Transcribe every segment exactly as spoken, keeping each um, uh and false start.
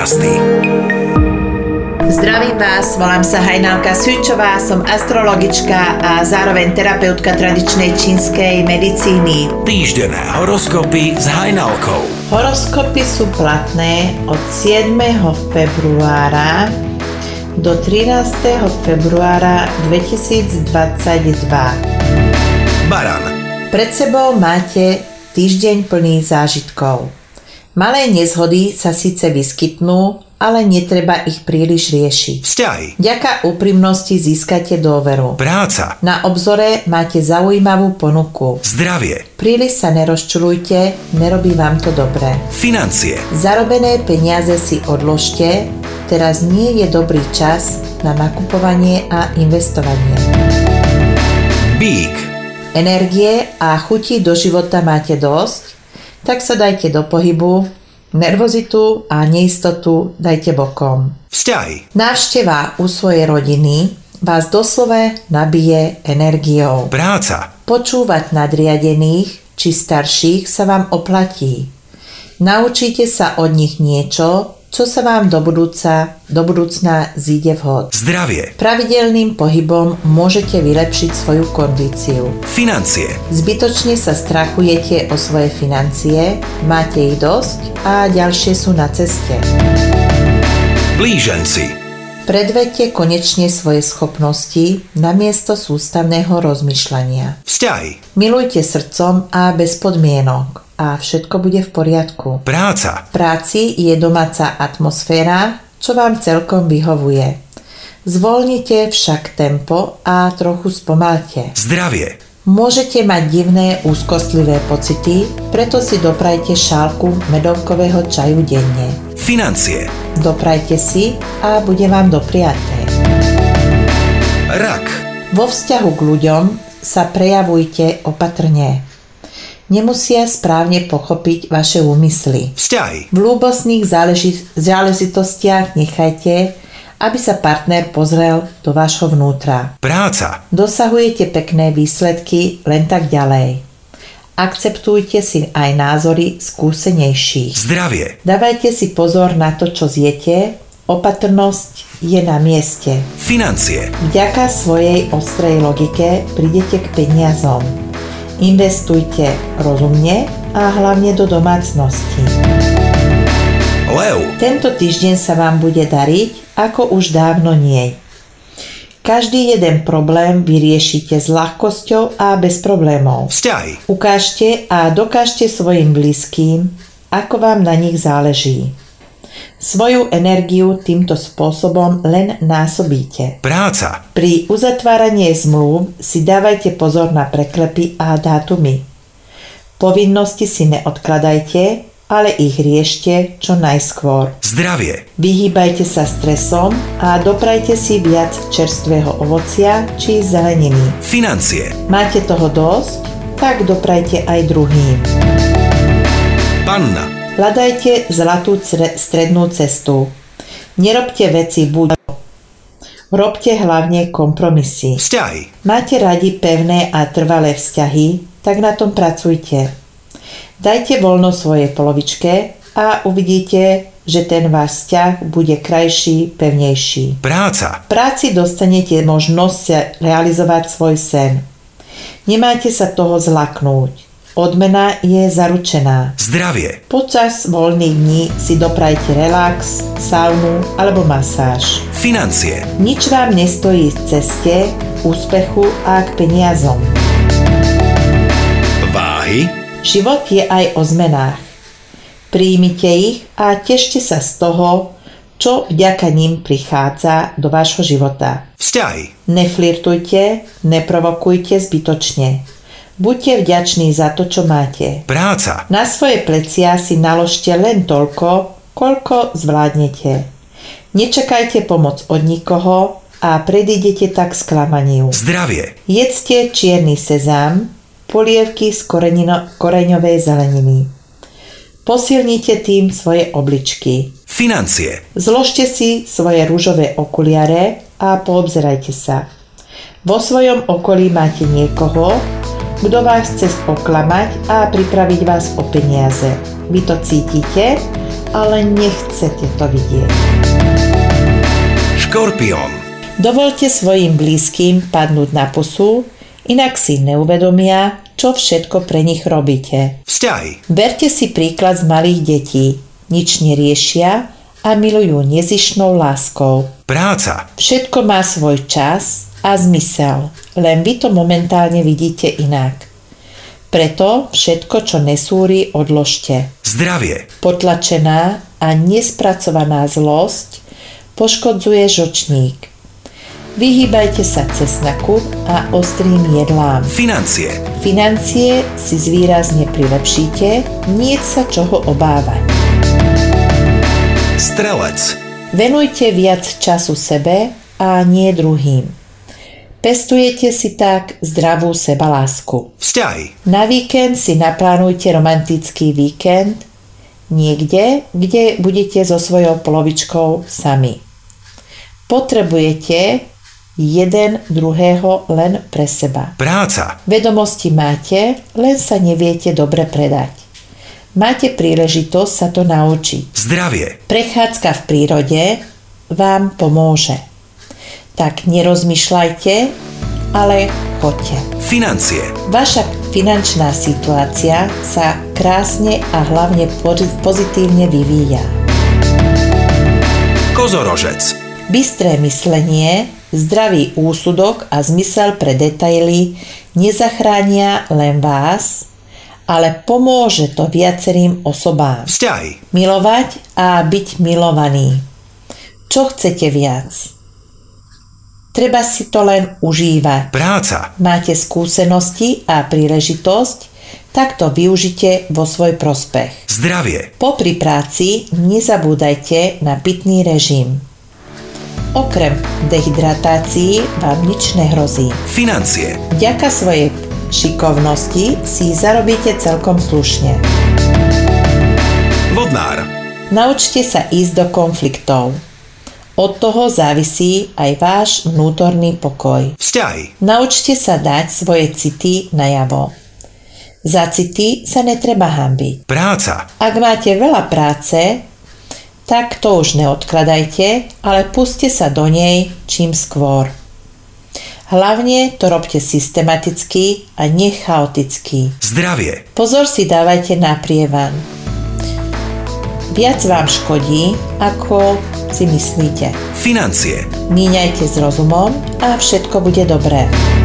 podcasty. Zdravím vás, volám sa Hajnalka Sučová, som astrologička a zároveň terapeutka tradičnej čínskej medicíny. Týždenné horoskopy s Hajnalkou. Horoskopy sú platné od siedmeho februára do trinásteho februára dvetisícdvadsaťdva. Baran. Pred sebou máte týždeň plný zážitkov. Malé nezhody sa síce vyskytnú, ale netreba ich príliš riešiť. Vzťahy. Vďaka úprimnosti získate dôveru. Práca. Na obzore máte zaujímavú ponuku. Zdravie. Príliš sa nerozčuľujte, nerobí vám to dobre. Financie. Zarobené peniaze si odložte, teraz nie je dobrý čas na nakupovanie a investovanie. Bík. Energie a chuti do života máte dosť, tak sa dajte do pohybu. Nervozitu a neistotu dajte bokom. Vzťahy. Návšteva u svojej rodiny vás doslova nabije energiou. Práca. Počúvať nadriadených či starších sa vám oplatí. Naučite sa od nich niečo, čo sa vám do budúca, do budúcna zíde vhod. Zdravie. Pravidelným pohybom môžete vylepšiť svoju kondíciu. Financie. Zbytočne sa strachujete o svoje financie, máte ich dosť a ďalšie sú na ceste. Blíženci. Predvedte konečne svoje schopnosti namiesto sústavného rozmýšľania. Vzťahy. Milujte srdcom a bez podmienok a všetko bude v poriadku. Práca. V práci je domáca atmosféra, čo vám celkom vyhovuje. Zvolnite však tempo a trochu spomalte. Zdravie. Môžete mať divné úzkostlivé pocity, preto si doprajte šálku medovkového čaju denne. Financie. Doprajte si a bude vám dopriaté. Rak. Vo vzťahu k ľuďom sa prejavujte opatrne. Nemusia správne pochopiť vaše úmysly. Vzťahy. V ľúbostných záleži- záležitostiach nechajte, aby sa partner pozrel do vášho vnútra. Práca. Dosahujete pekné výsledky len tak ďalej. Akceptujte si aj názory skúsenejších. Zdravie. Dávajte si pozor na to, čo zjete. Opatrnosť je na mieste. Financie. Vďaka svojej ostrej logike prídete k peniazom. Investujte rozumne a hlavne do domácnosti. Lev. Tento týždeň sa vám bude dariť, ako už dávno nie. Každý jeden problém vyriešite s ľahkosťou a bez problémov. Vzťahy. Ukážte a dokážte svojim blízkym, ako vám na nich záleží. Svoju energiu týmto spôsobom len násobíte. Práca. Pri uzatváraní zmluv si dávajte pozor na preklepy a dátumy. Povinnosti si neodkladajte, ale ich riešte čo najskôr. Zdravie. Vyhýbajte sa stresom a doprajte si viac čerstvého ovocia či zeleniny. Financie. Máte toho dosť? Tak doprajte aj druhým. Panna. Hľadajte zlatú cre- strednú cestu. Nerobte veci buď. Robte hlavne kompromisy. Vzťahy. Máte radi pevné a trvalé vzťahy, tak na tom pracujte. Dajte voľno svojej polovičke a uvidíte, že ten váš vzťah bude krajší, pevnejší. Práca. V práci dostanete možnosť realizovať svoj sen. Nemáte sa toho zlaknúť. Odmena je zaručená. Zdravie. Počas voľných dní si doprajte relax, saunu alebo masáž. Financie. Nič vám nestojí v ceste, úspechu a k peniazom. Váhy. Život je aj o zmenách. Príjmite ich a tešte sa z toho, čo vďaka nim prichádza do vášho života. Vzťahy. Neflirtujte, neprovokujte zbytočne. Buďte vďační za to, čo máte. Práca. Na svoje plecia si naložte len toľko, koľko zvládnete. Nečakajte pomoc od nikoho a predídete tak sklamaniu. Zdravie. Jedzte čierny sezám, polievky z korenino, koreňovej zeleniny. Posilnite tým svoje obličky. Financie. Zložte si svoje ružové okuliare a poobzerajte sa. Vo svojom okolí máte niekoho, kto vás chce oklamať a pripraviť vás o peniaze. Vy to cítite ale nechcete to vidieť. Škorpión. Dovolte svojim blízkym padnúť na pusu, inak si neuvedomia, čo všetko pre nich robíte. Vzťahy. Berte si príklad z malých detí. Nič neriešia a milujú nezištnou láskou. Práca. Všetko má svoj čas a zmysel, len vy to momentálne vidíte inak. Preto všetko, čo nesúri, odložte. Zdravie. Potlačená a nespracovaná zlosť poškodzuje žočník. Vyhýbajte sa cesnaku a ostrým jedlám. Financie. Financie si zvýrazne prilepšíte, nie sa čoho obávať. Strelec. Venujte viac času sebe a nie druhým. Pestujete si tak zdravú sebalásku. Vzťahy. Na víkend si naplánujte romantický víkend niekde, kde budete so svojou polovičkou sami. Potrebujete jeden druhého len pre seba. Práca. Vedomosti máte, len sa neviete dobre predať. Máte príležitosť sa to naučiť. Zdravie. Prechádzka v prírode vám pomôže. Tak nerozmýšľajte, ale choďte. Financie. Vaša finančná situácia sa krásne a hlavne pozitívne vyvíja. Kozorožec. Bystré myslenie, zdravý úsudok a zmysel pre detaily nezachránia len vás, ale pomôže to viacerým osobám. Vzťahy. Milovať a byť milovaný. Čo chcete viac? Treba si to len užívať. Práca. Máte skúsenosti a príležitosť, tak to využite vo svoj prospech. Zdravie. Popri práci nezabúdajte na pitný režim. Okrem dehydratácií vám nič nehrozí. Financie. Vďaka svojej šikovnosti si zarobíte celkom slušne. Vodnár. Naučte sa ísť do konfliktov. Od toho závisí aj váš vnútorný pokoj. Vzťahy. Naučte sa dať svoje city najavo. Za city sa netreba hanbiť. Práca. Ak máte veľa práce, tak to už neodkladajte, ale puste sa do nej čím skôr. Hlavne to robte systematicky a nechaoticky. Zdravie. Pozor si dávajte na prievan. Viac vám škodí, ako si myslíte. Financie. Míňajte s rozumom a všetko bude dobré.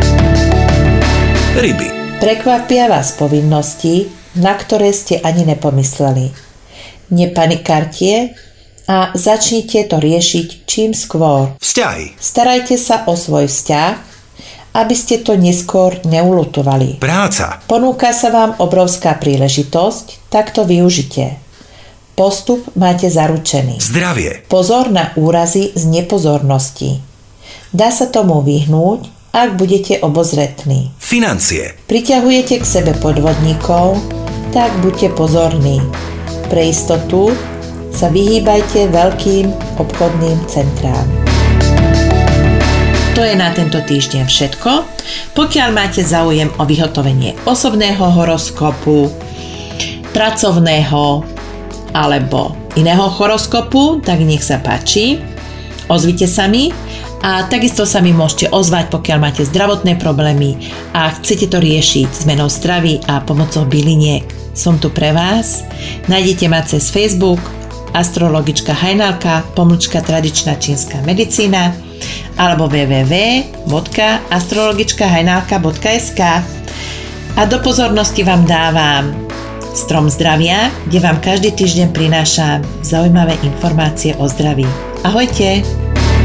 Ryby. Prekvapia vás povinnosti, na ktoré ste ani nepomysleli. Nepanikárte a začnite to riešiť čím skôr. Vzťahy. Starajte sa o svoj vzťah, aby ste to neskôr neulutovali. Práca. Ponúka sa vám obrovská príležitosť, tak to využite. Postup máte zaručený. Zdravie. Pozor na úrazy z nepozornosti. Dá sa tomu vyhnúť, ak budete obozretní. Financie. Priťahujete k sebe podvodníkov, tak buďte pozorní. Pre istotu sa vyhýbajte veľkým obchodným centrám. To je na tento týždeň všetko. Pokiaľ máte záujem o vyhotovenie osobného horoskopu, pracovného alebo iného horoskopu, tak nech sa páči. Ozvite sa mi a takisto sa mi môžete ozvať, pokiaľ máte zdravotné problémy a chcete to riešiť zmenou stravy a pomocou byliniek. Som tu pre vás. Nájdete ma cez Facebook astrologička Hajnalka pomlčka tradičná čínska medicína alebo w w w bodka astrologička hajnalka bodka es ka. A do pozornosti vám dávam Strom zdravia, kde vám každý týždeň prinášam zaujímavé informácie o zdraví. Ahojte!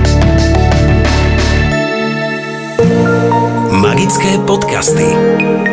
Magické podcasty.